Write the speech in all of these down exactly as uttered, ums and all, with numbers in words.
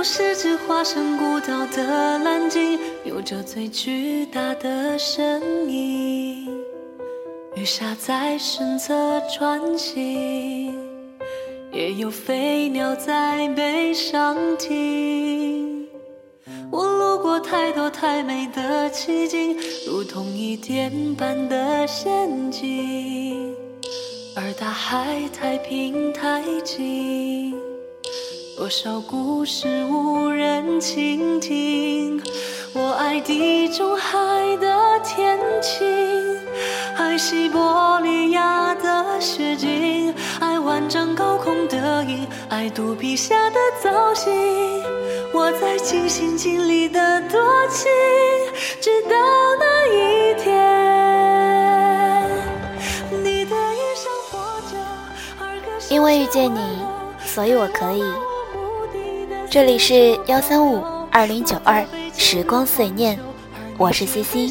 是只化身孤岛的蓝鲸，有着最巨大的身影。雨下在身侧穿行，也有飞鸟在背上停。我路过太多太美的奇景，如同一点般的陷阱，而大海太平太静，多少故事无人倾听。我爱地中海的天晴，爱西伯利亚的雪景，爱万丈高空的鹰，爱肚皮下的造型。我在尽心尽力的多情，直到那一天，你的衣裳破旧， 因为遇见你，所以我可以。这里是幺三五二零九二时光碎念，我是 C C。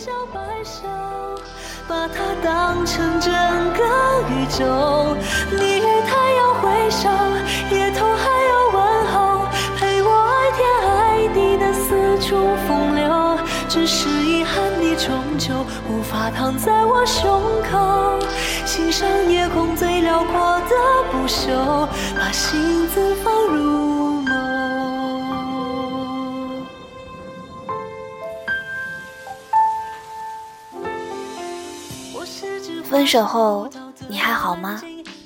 把它当成整个宇宙，你与太阳挥手，夜头还有问候，陪我爱天爱地的四处风流。只是遗憾你终究无法躺在我胸口，欣赏夜空最辽阔的不朽，把心字放入眸。 分手后你还好吗？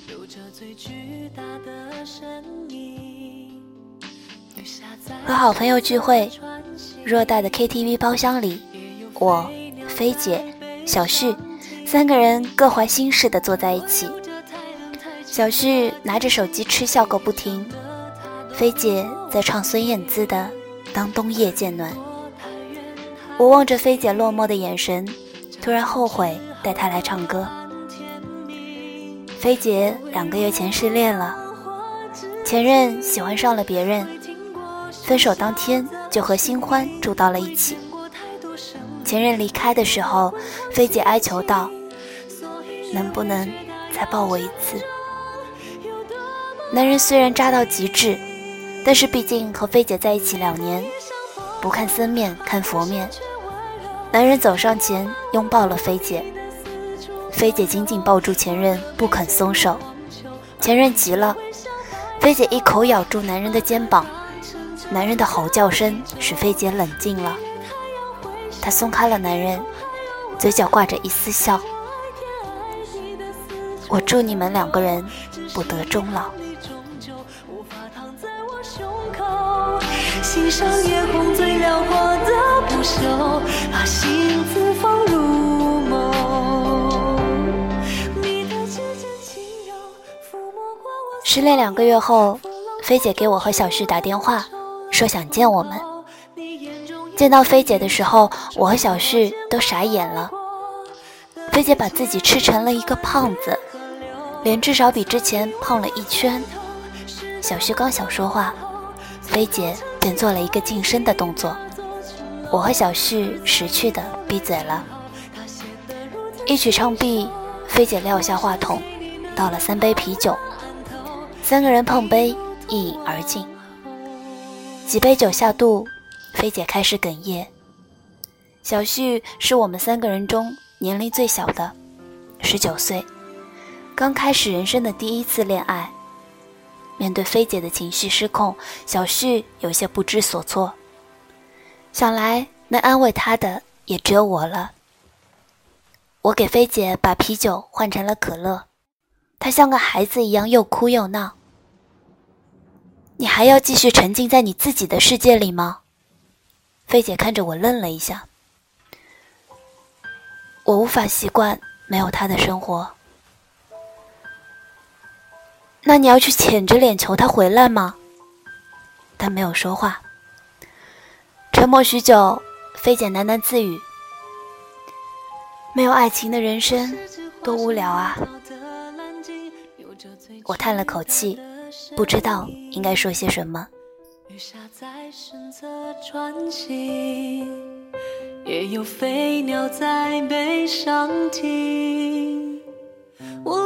和好朋友聚会，偌大的 K T V 包厢里，我、菲姐、小旭三个人各怀心事地坐在一起。小旭拿着手机嗤笑个不停，菲姐在唱孙燕姿的《当冬夜渐暖》。我望着菲姐落寞的眼神，突然后悔带她来唱歌。菲姐两个月前失恋了，前任喜欢上了别人，分手当天就和新欢住到了一起。前任离开的时候，菲姐哀求道：能不能再抱我一次？男人虽然渣到极致，但是毕竟和菲姐在一起两年，不看僧面看佛面。男人走上前拥抱了菲姐，菲姐紧紧抱住前任不肯松手。前任急了，菲姐一口咬住男人的肩膀，男人的吼叫声使菲姐冷静了。她松开了男人，嘴角挂着一丝笑。我祝你们两个人不得终老。 欣赏夜空最辽阔的不朽，把心字放入眸。 失恋两个月后，菲姐给我和小旭打电话，说想见我们。见到菲姐的时候，我和小旭都傻眼了。菲姐把自己吃成了一个胖子，脸至少比之前胖了一圈。小旭刚想说话，菲姐便做了一个噤声的动作，我和小旭识趣的闭嘴了。一曲唱毕，菲姐撂下话筒，倒了三杯啤酒，三个人碰杯一饮而尽。几杯酒下肚，菲姐开始哽咽。小旭是我们三个人中年龄最小的，十九岁，刚开始人生的第一次恋爱。面对菲姐的情绪失控，小旭有些不知所措。想来能安慰她的也只有我了。我给菲姐把啤酒换成了可乐，她像个孩子一样又哭又闹。你还要继续沉浸在你自己的世界里吗？菲姐看着我愣了一下。我无法习惯没有她的生活。那你要去舔着脸求他回来吗？他没有说话。沉默许久，菲姐喃喃自语：没有爱情的人生多无聊啊。我叹了口气，不知道应该说些什么。 雨下在身侧穿行，也有飞鸟在背上停。我路过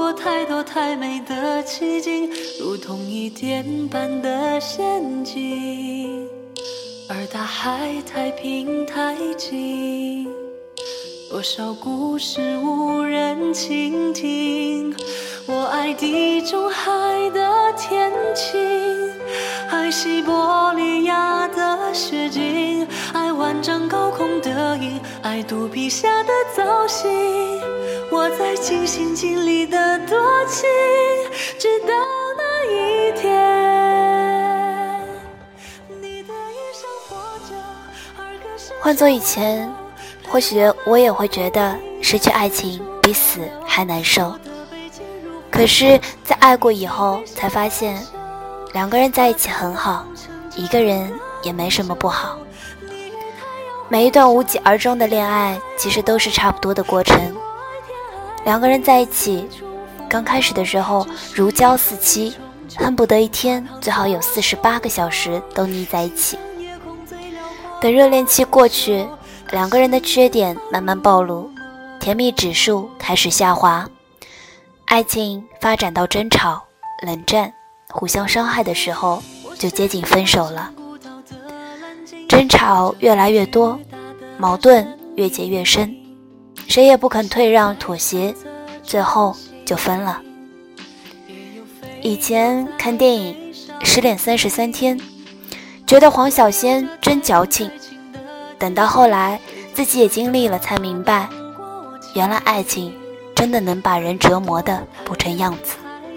过太多太美的奇景，如同一点般的陷阱，而大海太平太静，多少故事无人倾听。我爱地中海的天晴，爱西伯利亚的雪景，爱万丈高空的鹰，爱肚皮下的造型。我在尽心尽力的多情，直到那一天，你的衣裳破旧，而歌声。 换做以前，或许我也会觉得失去爱情比死还难受。可是在爱过以后才发现，两个人在一起很好，一个人也没什么不好。每一段无疾而终的恋爱其实都是差不多的过程。两个人在一起刚开始的时候如胶似漆，恨不得一天最好有四十八个小时都腻在一起。等热恋期过去，两个人的缺点慢慢暴露，甜蜜指数开始下滑，爱情发展到争吵、冷战、互相伤害的时候，就接近分手了。争吵越来越多，矛盾越结越深，谁也不肯退让妥协，最后就分了。以前看电影《失恋三十三天》，觉得黄小仙真矫情，等到后来自己也经历了才明白，原来爱情真的能把人折磨得不成样子。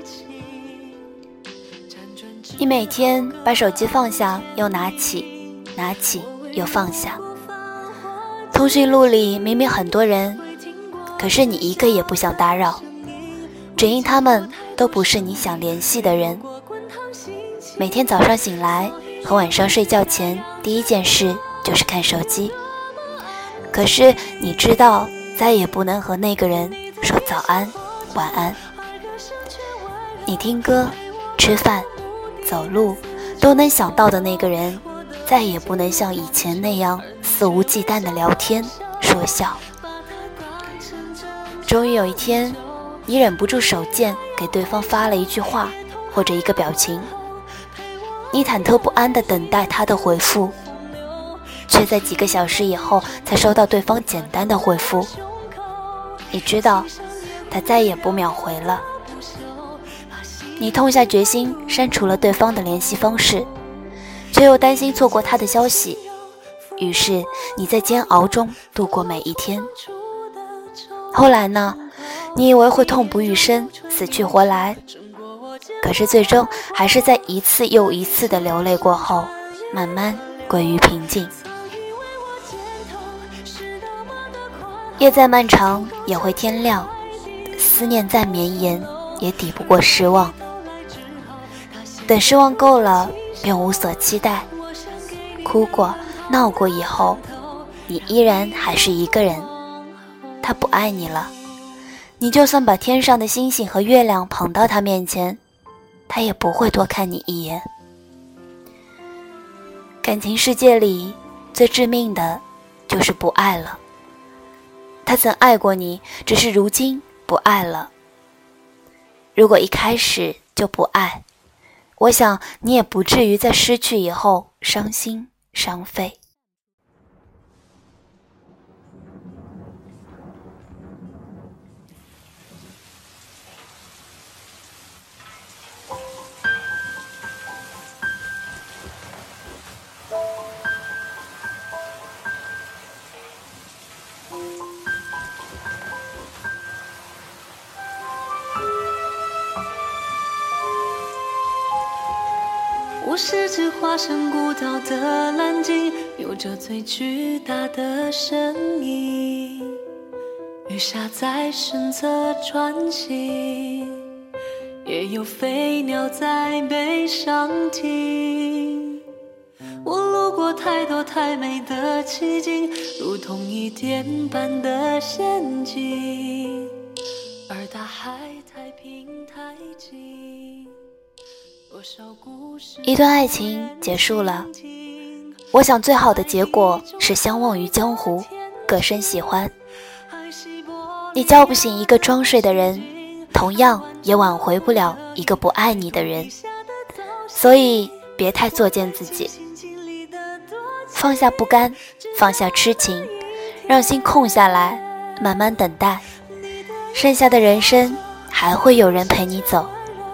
你每天把手机放下又拿起，拿起又放下，通讯录里明明很多人，可是你一个也不想打扰，只因他们都不是你想联系的人。每天早上醒来和晚上睡觉前第一件事就是看手机，可是你知道再也不能和那个人说早安晚安。你听歌、吃饭、走路都能想到的那个人，再也不能像以前那样肆无忌惮的聊天说笑。终于有一天，你忍不住手贱给对方发了一句话或者一个表情，你忐忑不安地等待他的回复，却在几个小时以后才收到对方简单的回复。你知道他再也不秒回了，你痛下决心删除了对方的联系方式，却又担心错过他的消息，于是你在煎熬中度过每一天。后来呢，你以为会痛不欲生，死去活来，可是最终还是在一次又一次的流泪过后，慢慢归于平静。夜再漫长也会天亮，思念再绵延也抵不过失望。等失望够了，便无所期待。哭过闹过以后，你依然还是一个人，他不爱你了，你就算把天上的星星和月亮捧到他面前，他也不会多看你一眼。感情世界里最致命的就是不爱了。他曾爱过你，只是如今不爱了。如果一开始就不爱，我想你也不至于在失去以后伤心伤肺。 我是只化身孤岛的蓝鲸，有着最巨大的身影，雨下在身侧穿行，也有飞鸟在背上停。我路过太多太美的奇景，如同一点般的陷阱，而大海太平太静。 一段爱情结束了，我想最好的结果是相忘于江湖，各生喜欢。你叫不醒一个装睡的人， 同样也挽回不了一个不爱你的人。所以别太作践自己，放下不甘，放下痴情，让心空下来，慢慢等待，剩下的人生还会有人陪你走。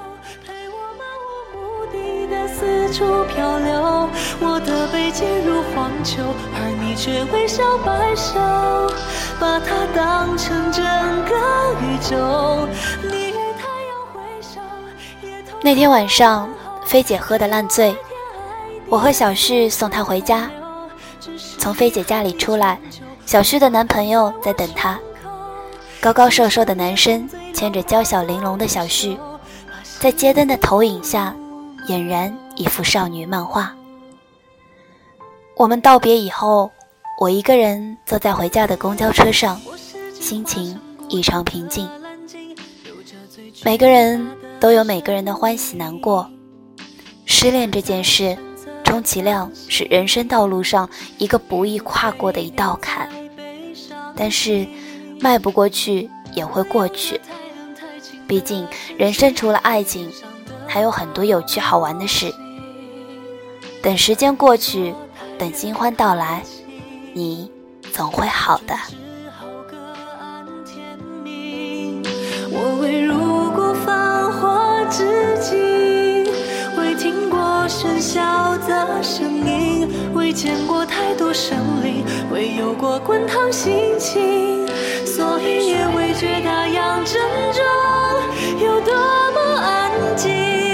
四处漂流，我的背进入荒丘，而你却微笑摆首，把它当成整个宇宙。你与太阳挥手。 那天晚上，菲姐喝得烂醉，我和小旭送她回家。从菲姐家里出来，小旭的男朋友在等她。高高瘦瘦的男生牵着娇小玲珑的小旭，在街灯的投影下，俨然一幅少女漫画。我们道别以后，我一个人坐在回家的公交车上，心情异常平静。每个人都有每个人的欢喜难过，失恋这件事充其量是人生道路上一个不易跨过的一道坎，但是迈不过去也会过去。毕竟人生除了爱情，还有很多有趣好玩的事。等时间过去，等新欢到来，你总会好的。 我未入过繁华之境，未听过喧嚣的声音，未见过太多生灵，未有过滚烫心情，所以也未觉大洋正中有多么安静。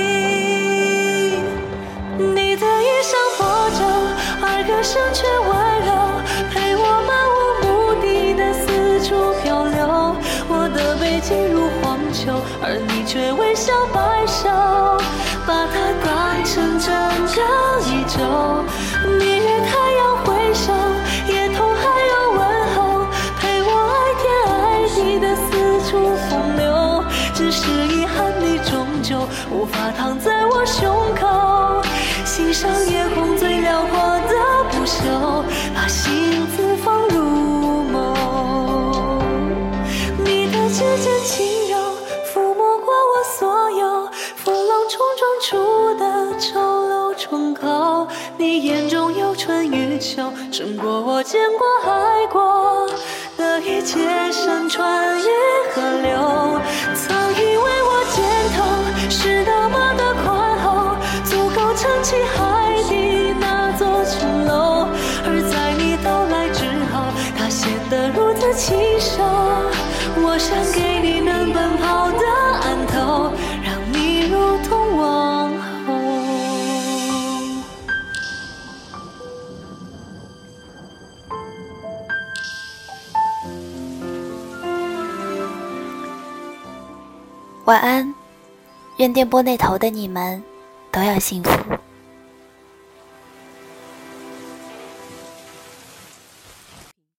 你的衣裳破旧，而歌声却温柔，陪我漫无目的的四处漂流。我的背进入荒丘，而你却微笑摆首，把它当成整个宇宙。你与太阳挥手，夜空还有问候，陪我爱天爱地的四处风流。只是遗憾，你终究无法躺在我胸口，欣赏夜空最辽阔的不朽，把心字放入梦。你的指尖轻柔，抚摸过我所有风浪冲撞出的丑陋窗口。你眼中有春与秋，胜过我见过爱过的一切山川与河流。曾以为我肩头是多么的宽厚，足够撑起海底那座城楼，而在你到来之后，它显得如此清瘦。我想给你能奔跑的岸头，让你如同王后。 晚安，愿电波那头的你们都要幸福。